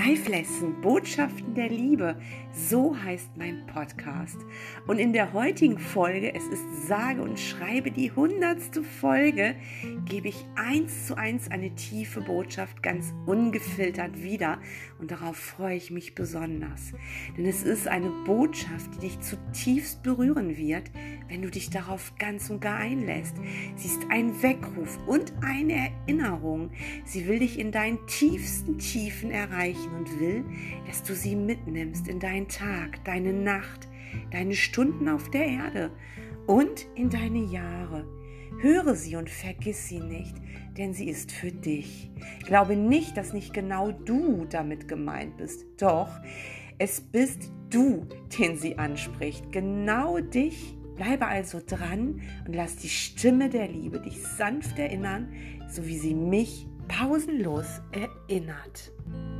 Life Lesson, Botschaften der Liebe, so heißt mein Podcast. Und in der heutigen Folge, es ist sage und schreibe die 100. Folge, gebe ich 1:1 eine tiefe Botschaft ganz ungefiltert wieder. Und darauf freue ich mich besonders. Denn es ist eine Botschaft, die dich zutiefst berühren wird, wenn du dich darauf ganz und gar einlässt. Sie ist ein Weckruf und eine Erinnerung. Sie will dich in deinen tiefsten Tiefen erreichen und will, dass du sie mitnimmst in deinen Tag, deine Nacht, deine Stunden auf der Erde und in deine Jahre. Höre sie und vergiss sie nicht, denn sie ist für dich. Glaube nicht, dass nicht genau du damit gemeint bist. Doch, es bist du, den sie anspricht. Genau dich. Bleibe also dran und lass die Stimme der Liebe dich sanft erinnern, so wie sie mich pausenlos erinnert.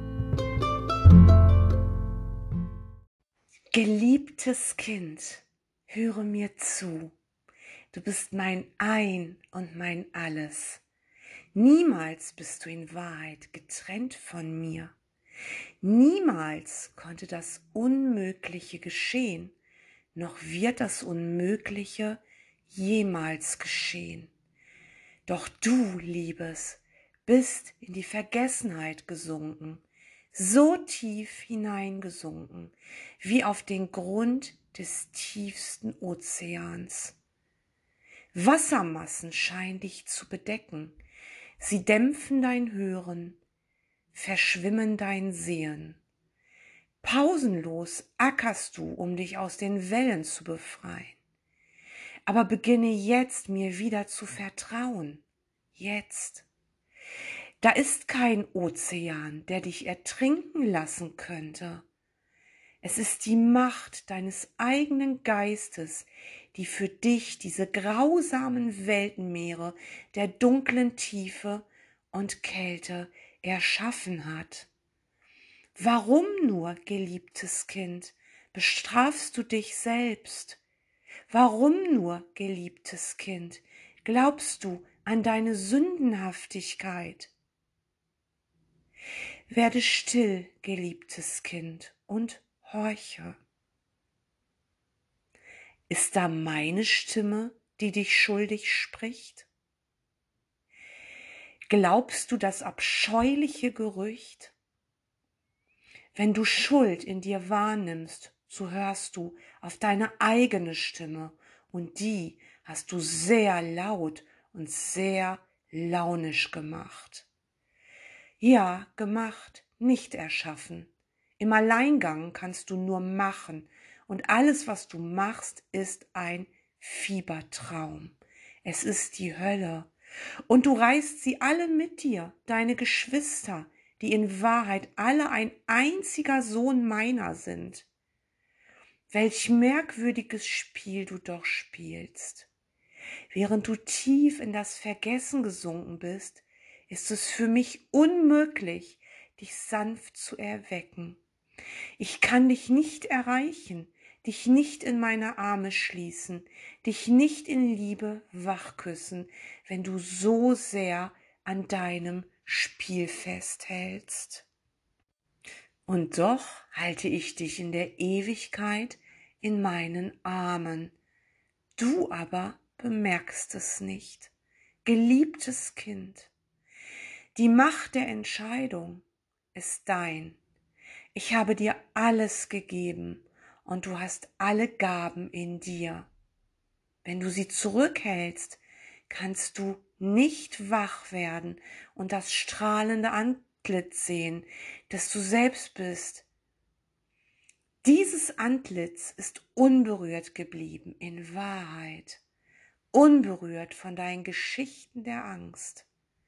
Geliebtes Kind, höre mir zu. Du bist mein Ein und mein Alles. Niemals bist du in Wahrheit getrennt von mir. Niemals konnte das Unmögliche geschehen, noch wird das Unmögliche jemals geschehen. Doch du, Liebes, bist in die Vergessenheit gesunken, so tief hineingesunken, wie auf den Grund des tiefsten Ozeans. Wassermassen scheinen dich zu bedecken, sie dämpfen dein Hören, verschwimmen dein Sehen. Pausenlos ackerst du, um dich aus den Wellen zu befreien. Aber beginne jetzt, mir wieder zu vertrauen. Jetzt. Da ist kein Ozean, der dich ertrinken lassen könnte. Es ist die Macht deines eigenen Geistes, die für dich diese grausamen Weltenmeere der dunklen Tiefe und Kälte erschaffen hat. Warum nur, geliebtes Kind, bestrafst du dich selbst? Warum nur, geliebtes Kind, glaubst du an deine Sündenhaftigkeit? Werde still, geliebtes Kind, und horche. Ist da meine Stimme, die dich schuldig spricht? Glaubst du das abscheuliche Gerücht? Wenn du Schuld in dir wahrnimmst, so hörst du auf deine eigene Stimme und die hast du sehr laut und sehr launisch gemacht. Ja, gemacht, nicht erschaffen. Im Alleingang kannst du nur machen und alles, was du machst, ist ein Fiebertraum. Es ist die Hölle und du reißt sie alle mit dir, deine Geschwister, die in Wahrheit alle ein einziger Sohn meiner sind. Welch merkwürdiges Spiel du doch spielst. Während du tief in das Vergessen gesunken bist, ist es für mich unmöglich, dich sanft zu erwecken. Ich kann dich nicht erreichen, dich nicht in meine Arme schließen, dich nicht in Liebe wachküssen, wenn du so sehr an deinem Spiel festhältst. Und doch halte ich dich in der Ewigkeit in meinen Armen. Du aber bemerkst es nicht. Geliebtes Kind, die Macht der Entscheidung ist dein. Ich habe dir alles gegeben und du hast alle Gaben in dir. Wenn du sie zurückhältst, kannst du nicht wach werden und das strahlende Antlitz sehen, das du selbst bist. Dieses Antlitz ist unberührt geblieben in Wahrheit, unberührt von deinen Geschichten der Angst.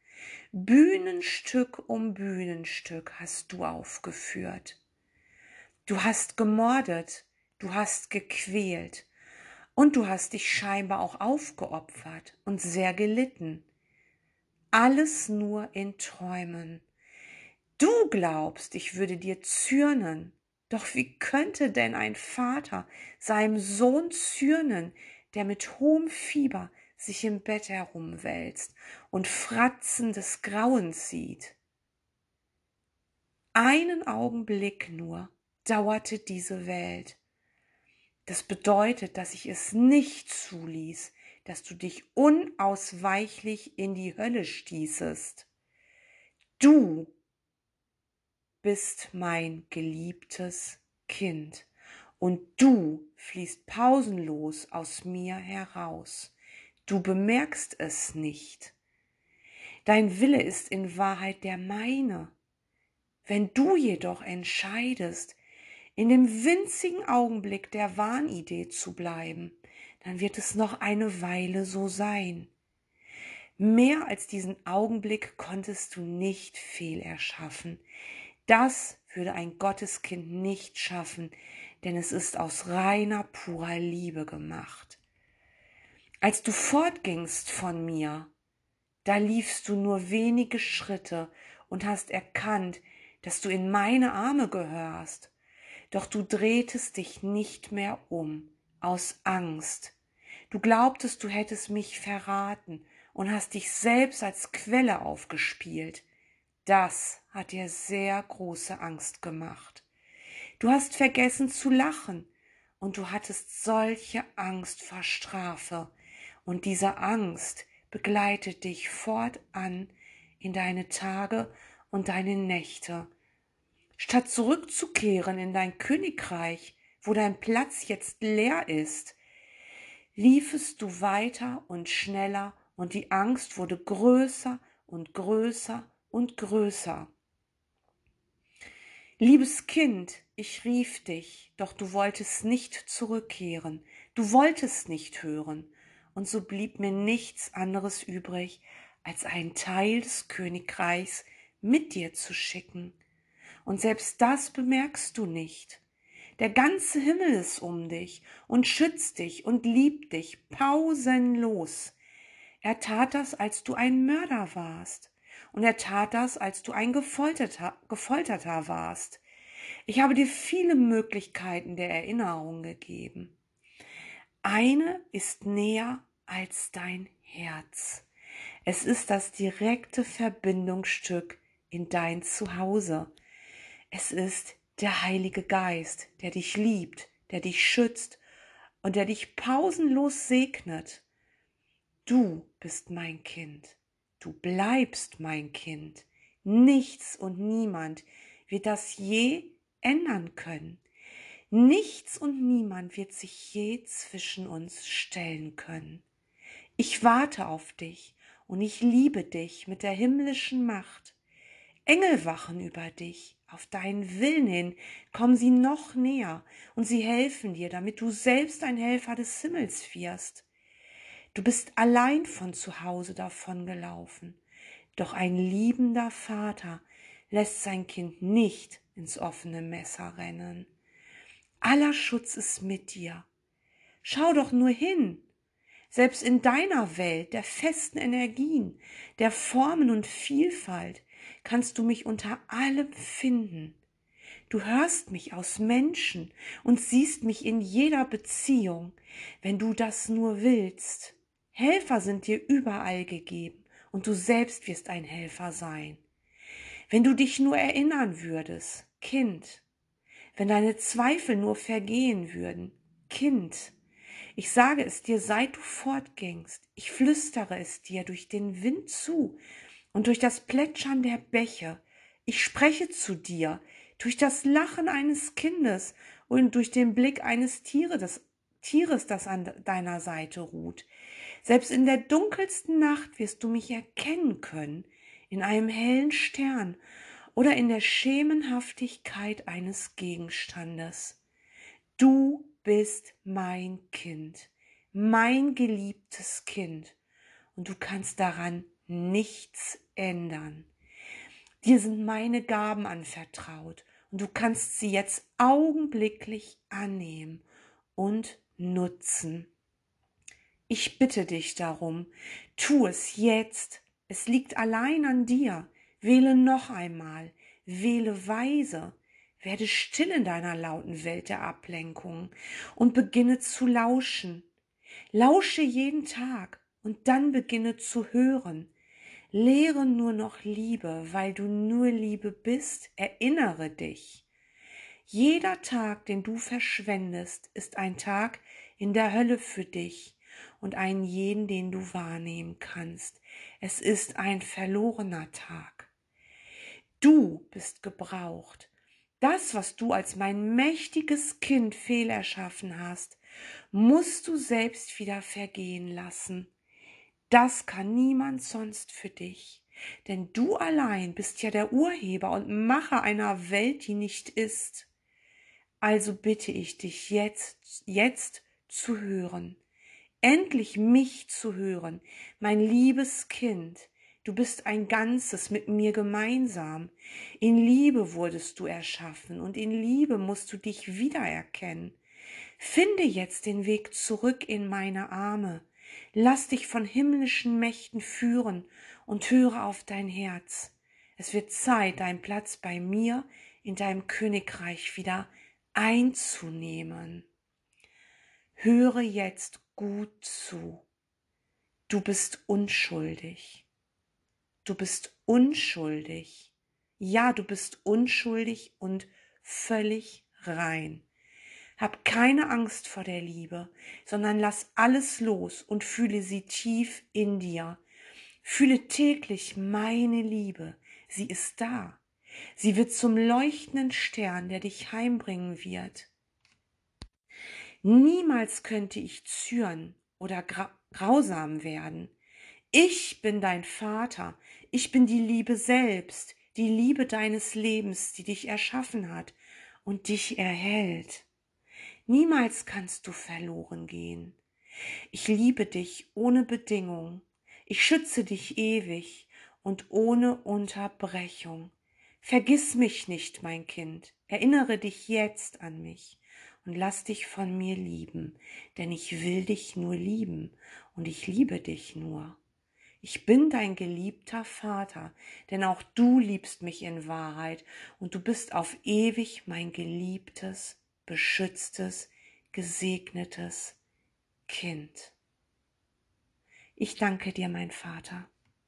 Bühnenstück um Bühnenstück hast du aufgeführt. Du hast gemordet, du hast gequält und du hast dich scheinbar auch aufgeopfert und sehr gelitten. Alles nur in Träumen. Du glaubst, ich würde dir zürnen. Doch wie könnte denn ein Vater seinem Sohn zürnen, der mit hohem Fieber sich im Bett herumwälzt und Fratzen des Grauens sieht? einen Augenblick nur dauerte diese Welt. Das bedeutet, dass ich es nicht zuließ, dass du dich unausweichlich in die Hölle stießest. Du bist mein geliebtes Kind und du fließt pausenlos aus mir heraus. Du bemerkst es nicht. Dein Wille ist in Wahrheit der meine. Wenn du jedoch entscheidest, in dem winzigen Augenblick der Wahnidee zu bleiben, dann wird es noch eine Weile so sein. Mehr als diesen Augenblick konntest du nicht fehlerschaffen. Das würde ein Gotteskind nicht schaffen, denn es ist aus reiner, purer Liebe gemacht. Als du fortgingst von mir, da liefst du nur wenige Schritte und hast erkannt, dass du in meine Arme gehörst. Doch du drehtest dich nicht mehr um, aus Angst. Du glaubtest, du hättest mich verraten und hast dich selbst als Quelle aufgespielt. Das hat dir sehr große Angst gemacht. Du hast vergessen zu lachen und du hattest solche Angst vor Strafe. Und diese Angst begleitet dich fortan in deine Tage und deine Nächte. Statt zurückzukehren in dein Königreich, wo dein Platz jetzt leer ist, liefest du weiter und schneller und die Angst wurde größer und größer und größer. Liebes Kind, ich rief dich, doch du wolltest nicht zurückkehren, du wolltest nicht hören, und so blieb mir nichts anderes übrig, als einen Teil des Königreichs mit dir zu schicken. Und selbst das bemerkst du nicht. Der ganze Himmel ist um dich und schützt dich und liebt dich pausenlos. Er tat das, als du ein Mörder warst. Und er tat das, als du ein Gefolterter warst. Ich habe dir viele Möglichkeiten der Erinnerung gegeben. Eine ist näher als dein Herz. Es ist das direkte Verbindungsstück in dein Zuhause. Es ist der Heilige Geist, der dich liebt, der dich schützt und der dich pausenlos segnet. Du bist mein Kind. Du bleibst mein Kind. Nichts und niemand wird das je ändern können. Nichts und niemand wird sich je zwischen uns stellen können. Ich warte auf dich und ich liebe dich mit der himmlischen Macht. Engel wachen über dich. Auf deinen Willen hin kommen sie noch näher und sie helfen dir, damit du selbst ein Helfer des Himmels wirst. Du bist allein von zu Hause davongelaufen, doch ein liebender Vater lässt sein Kind nicht ins offene Messer rennen. Aller Schutz ist mit dir. Schau doch nur hin. Selbst in deiner Welt der festen Energien, der Formen und Vielfalt kannst du mich unter allem finden. Du hörst mich aus Menschen und siehst mich in jeder Beziehung, wenn du das nur willst. Helfer sind dir überall gegeben und du selbst wirst ein Helfer sein. Wenn du dich nur erinnern würdest, Kind, wenn deine Zweifel nur vergehen würden, Kind, ich sage es dir, seit du fortgingst, ich flüstere es dir durch den Wind zu und durch das Plätschern der Bäche, ich spreche zu dir, durch das Lachen eines Kindes und durch den Blick eines Tieres, das an deiner Seite ruht. Selbst in der dunkelsten Nacht wirst du mich erkennen können, in einem hellen Stern oder in der Schemenhaftigkeit eines Gegenstandes. Du bist mein Kind, mein geliebtes Kind, und du kannst daran nichts ändern. Dir sind meine Gaben anvertraut und du kannst sie jetzt augenblicklich annehmen und nutzen. Ich bitte dich darum, tu es jetzt. Es liegt allein an dir. Wähle noch einmal, wähle weise, werde still in deiner lauten Welt der Ablenkung und beginne zu lauschen. Lausche jeden Tag und dann beginne zu hören. Lehre nur noch Liebe, weil du nur Liebe bist, erinnere dich. Jeder Tag, den du verschwendest, ist ein Tag in der Hölle für dich und einen jeden, den du wahrnehmen kannst. Es ist ein verlorener Tag. Du bist gebraucht. Das, was du als mein mächtiges Kind fehlerschaffen hast, musst du selbst wieder vergehen lassen. Das kann niemand sonst für dich, denn du allein bist ja der Urheber und Macher einer Welt, die nicht ist. Also bitte ich dich jetzt zu hören, endlich mich zu hören, mein liebes Kind. Du bist ein Ganzes mit mir gemeinsam. In Liebe wurdest du erschaffen und in Liebe musst du dich wiedererkennen. Finde jetzt den Weg zurück in meine Arme. Lass dich von himmlischen Mächten führen und höre auf dein Herz. Es wird Zeit, deinen Platz bei mir in deinem Königreich wieder einzunehmen. Höre jetzt gut zu. Du bist unschuldig. Du bist unschuldig. Ja, du bist unschuldig und völlig rein. Hab keine Angst vor der Liebe, sondern lass alles los und fühle sie tief in dir. Fühle täglich meine Liebe. Sie ist da. Sie wird zum leuchtenden Stern, der dich heimbringen wird. Niemals könnte ich zürnen oder grausam werden. Ich bin dein Vater, ich bin die Liebe selbst, die Liebe deines Lebens, die dich erschaffen hat und dich erhält. Niemals kannst du verloren gehen. Ich liebe dich ohne Bedingung, ich schütze dich ewig und ohne Unterbrechung. Vergiss mich nicht, mein Kind, erinnere dich jetzt an mich und lass dich von mir lieben, denn ich will dich nur lieben und ich liebe dich nur. Ich bin dein geliebter Vater, denn auch du liebst mich in Wahrheit und du bist auf ewig mein geliebtes, beschütztes, gesegnetes Kind. Ich danke dir, mein Vater.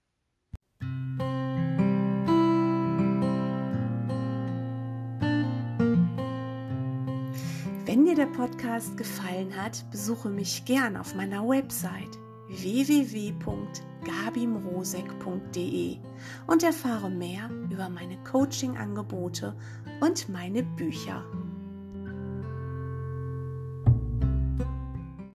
Wenn dir der Podcast gefallen hat, besuche mich gern auf meiner Website www.gabimrosek.de und erfahre mehr über meine Coaching-Angebote und meine Bücher.